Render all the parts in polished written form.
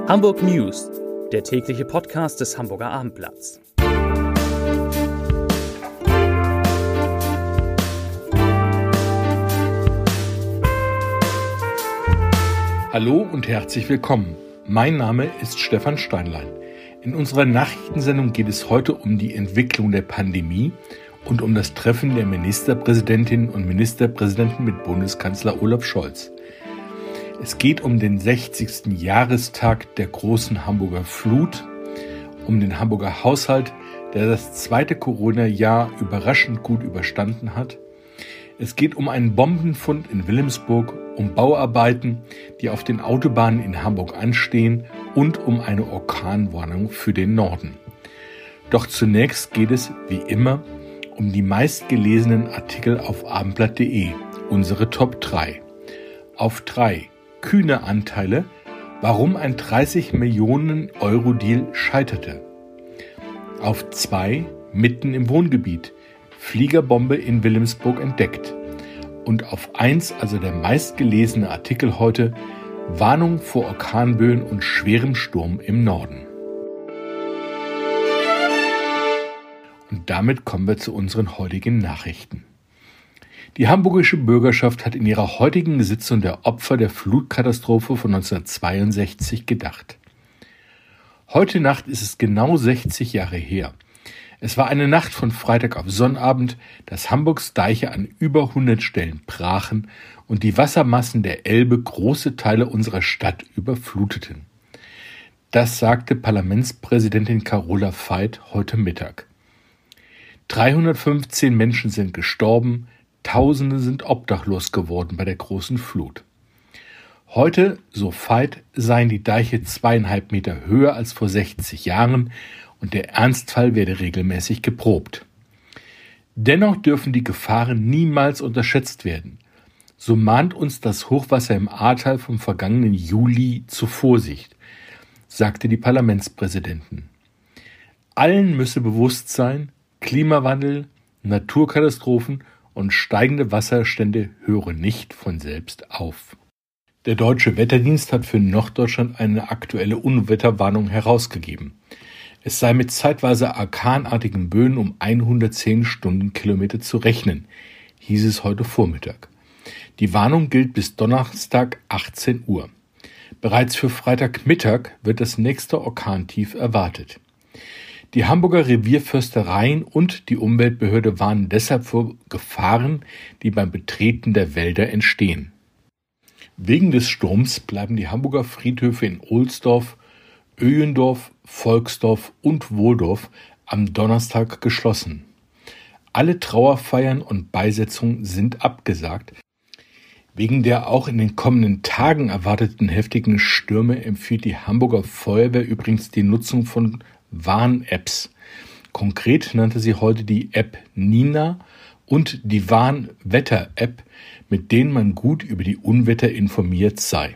Hamburg News, der tägliche Podcast des Hamburger Abendblatts. Hallo und herzlich willkommen. Mein Name ist Stefan Steinlein. In unserer Nachrichtensendung geht es heute um die Entwicklung der Pandemie und um das Treffen der Ministerpräsidentinnen und Ministerpräsidenten mit Bundeskanzler Olaf Scholz. Es geht um den 60. Jahrestag der großen Hamburger Flut, um den Hamburger Haushalt, der das zweite Corona-Jahr überraschend gut überstanden hat. Es geht um einen Bombenfund in Wilhelmsburg, um Bauarbeiten, die auf den Autobahnen in Hamburg anstehen und um eine Orkanwarnung für den Norden. Doch zunächst geht es, wie immer, um die meistgelesenen Artikel auf abendblatt.de, unsere Top 3. Auf 3: kühne Anteile, warum ein 30 Millionen Euro Deal scheiterte. Auf 2: mitten im Wohngebiet, Fliegerbombe in Wilhelmsburg entdeckt. Und auf 1, also der meistgelesene Artikel heute, Warnung vor Orkanböen und schwerem Sturm im Norden. Und damit kommen wir zu unseren heutigen Nachrichten. Die hamburgische Bürgerschaft hat in ihrer heutigen Sitzung der Opfer der Flutkatastrophe von 1962 gedacht. Heute Nacht ist es genau 60 Jahre her. Es war eine Nacht von Freitag auf Sonnabend, dass Hamburgs Deiche an über 100 Stellen brachen und die Wassermassen der Elbe große Teile unserer Stadt überfluteten. Das sagte Parlamentspräsidentin Carola Veit heute Mittag. 315 Menschen sind gestorben, Tausende sind obdachlos geworden bei der großen Flut. Heute, so Veit, seien die Deiche 2,5 Meter höher als vor 60 Jahren und der Ernstfall werde regelmäßig geprobt. Dennoch dürfen die Gefahren niemals unterschätzt werden. So mahnt uns das Hochwasser im Ahrtal vom vergangenen Juli zur Vorsicht, sagte die Parlamentspräsidentin. Allen müsse bewusst sein, Klimawandel, Naturkatastrophen und steigende Wasserstände hören nicht von selbst auf. Der Deutsche Wetterdienst hat für Norddeutschland eine aktuelle Unwetterwarnung herausgegeben. Es sei mit zeitweise orkanartigen Böen um 110 Stundenkilometer zu rechnen, hieß es heute Vormittag. Die Warnung gilt bis Donnerstag 18 Uhr. Bereits für Freitagmittag wird das nächste Orkantief erwartet. Die Hamburger Revierförstereien und die Umweltbehörde warnen deshalb vor Gefahren, die beim Betreten der Wälder entstehen. Wegen des Sturms bleiben die Hamburger Friedhöfe in Ohlsdorf, Öhendorf, Volksdorf und Wohldorf am Donnerstag geschlossen. Alle Trauerfeiern und Beisetzungen sind abgesagt. Wegen der auch in den kommenden Tagen erwarteten heftigen Stürme empfiehlt die Hamburger Feuerwehr übrigens die Nutzung von Warn-Apps. Konkret nannte sie heute die App Nina und die Warn-Wetter-App, mit denen man gut über die Unwetter informiert sei.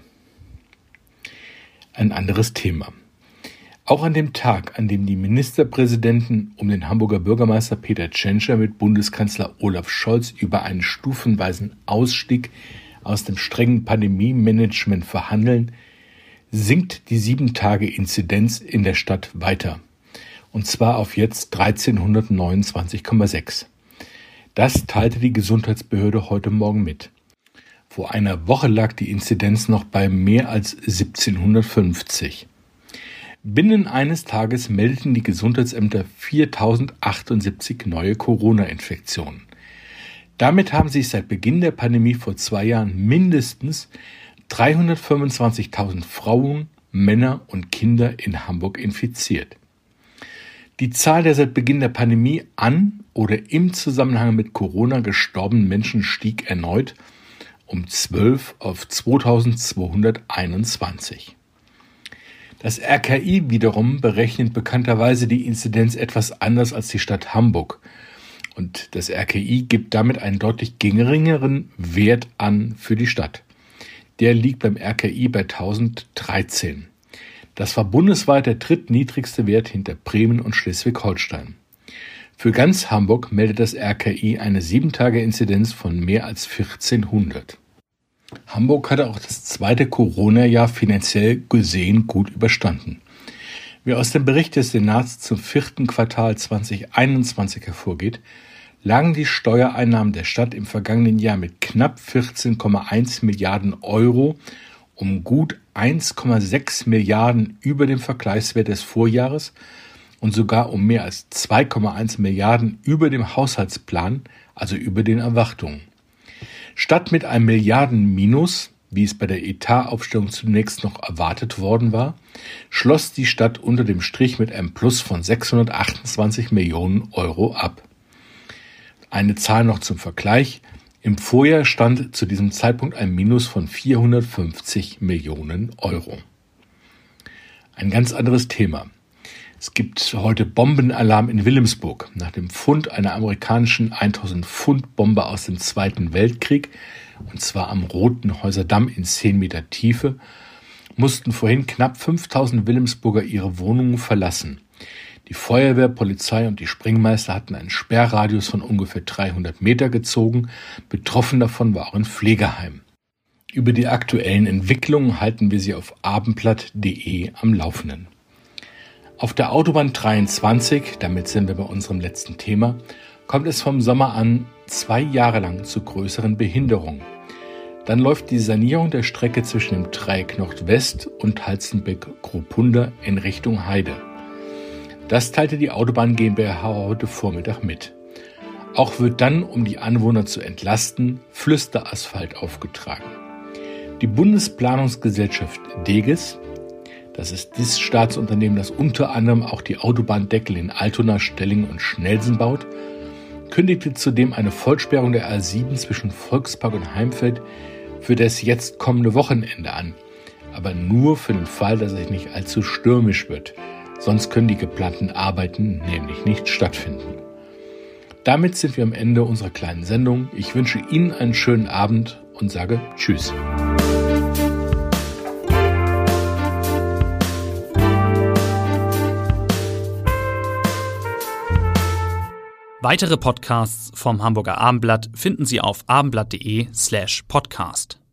Ein anderes Thema. Auch an dem Tag, an dem die Ministerpräsidenten um den Hamburger Bürgermeister Peter Tschentscher mit Bundeskanzler Olaf Scholz über einen stufenweisen Ausstieg aus dem strengen Pandemie-Management verhandeln, sinkt die 7-Tage-Inzidenz in der Stadt weiter. Und zwar auf jetzt 1329,6. Das teilte die Gesundheitsbehörde heute Morgen mit. Vor einer Woche lag die Inzidenz noch bei mehr als 1750. Binnen eines Tages meldeten die Gesundheitsämter 4078 neue Corona-Infektionen. Damit haben sich seit Beginn der Pandemie vor 2 Jahren mindestens 325.000 Frauen, Männer und Kinder in Hamburg infiziert. Die Zahl der seit Beginn der Pandemie an oder im Zusammenhang mit Corona gestorbenen Menschen stieg erneut um 12 auf 2221. Das RKI wiederum berechnet bekannterweise die Inzidenz etwas anders als die Stadt Hamburg. Und das RKI gibt damit einen deutlich geringeren Wert an für die Stadt. Der liegt beim RKI bei 1013. Das war bundesweit der drittniedrigste Wert hinter Bremen und Schleswig-Holstein. Für ganz Hamburg meldet das RKI eine 7-Tage-Inzidenz von mehr als 1400. Hamburg hatte auch das zweite Corona-Jahr finanziell gesehen gut überstanden. Wie aus dem Bericht des Senats zum 4. Quartal 2021 hervorgeht, lagen die Steuereinnahmen der Stadt im vergangenen Jahr mit knapp 14,1 Milliarden Euro um gut 1,6 Milliarden über dem Vergleichswert des Vorjahres und sogar um mehr als 2,1 Milliarden über dem Haushaltsplan, also über den Erwartungen. Statt mit einem Milliardenminus, wie es bei der Etataufstellung zunächst noch erwartet worden war, schloss die Stadt unter dem Strich mit einem Plus von 628 Millionen Euro ab. Eine Zahl noch zum Vergleich. Im Vorjahr stand zu diesem Zeitpunkt ein Minus von 450 Millionen Euro. Ein ganz anderes Thema. Es gibt heute Bombenalarm in Wilhelmsburg. Nach dem Fund einer amerikanischen 1000-Pfund-Bombe aus dem Zweiten Weltkrieg, und zwar am Rotenhäuser Damm in 10 Meter Tiefe, mussten vorhin knapp 5000 Wilhelmsburger ihre Wohnungen verlassen. Die Feuerwehr, Polizei und die Springmeister hatten einen Sperrradius von ungefähr 300 Meter gezogen. Betroffen davon war auch ein Pflegeheim. Über die aktuellen Entwicklungen halten wir Sie auf abendblatt.de am Laufenden. Auf der Autobahn 23, damit sind wir bei unserem letzten Thema, kommt es vom Sommer an 2 Jahre lang zu größeren Behinderungen. Dann läuft die Sanierung der Strecke zwischen dem Dreieck Nordwest und Halstenbeck-Kropunda in Richtung Heide. Das teilte die Autobahn GmbH heute Vormittag mit. Auch wird dann, um die Anwohner zu entlasten, Flüsterasphalt aufgetragen. Die Bundesplanungsgesellschaft DEGES, das ist das Staatsunternehmen, das unter anderem auch die Autobahndeckel in Altona, Stellingen und Schnelsen baut, kündigte zudem eine Vollsperrung der A7 zwischen Volkspark und Heimfeld für das jetzt kommende Wochenende an. Aber nur für den Fall, dass es nicht allzu stürmisch wird. Sonst können die geplanten Arbeiten nämlich nicht stattfinden. Damit sind wir am Ende unserer kleinen Sendung. Ich wünsche Ihnen einen schönen Abend und sage Tschüss. Weitere Podcasts vom Hamburger Abendblatt finden Sie auf abendblatt.de/podcast.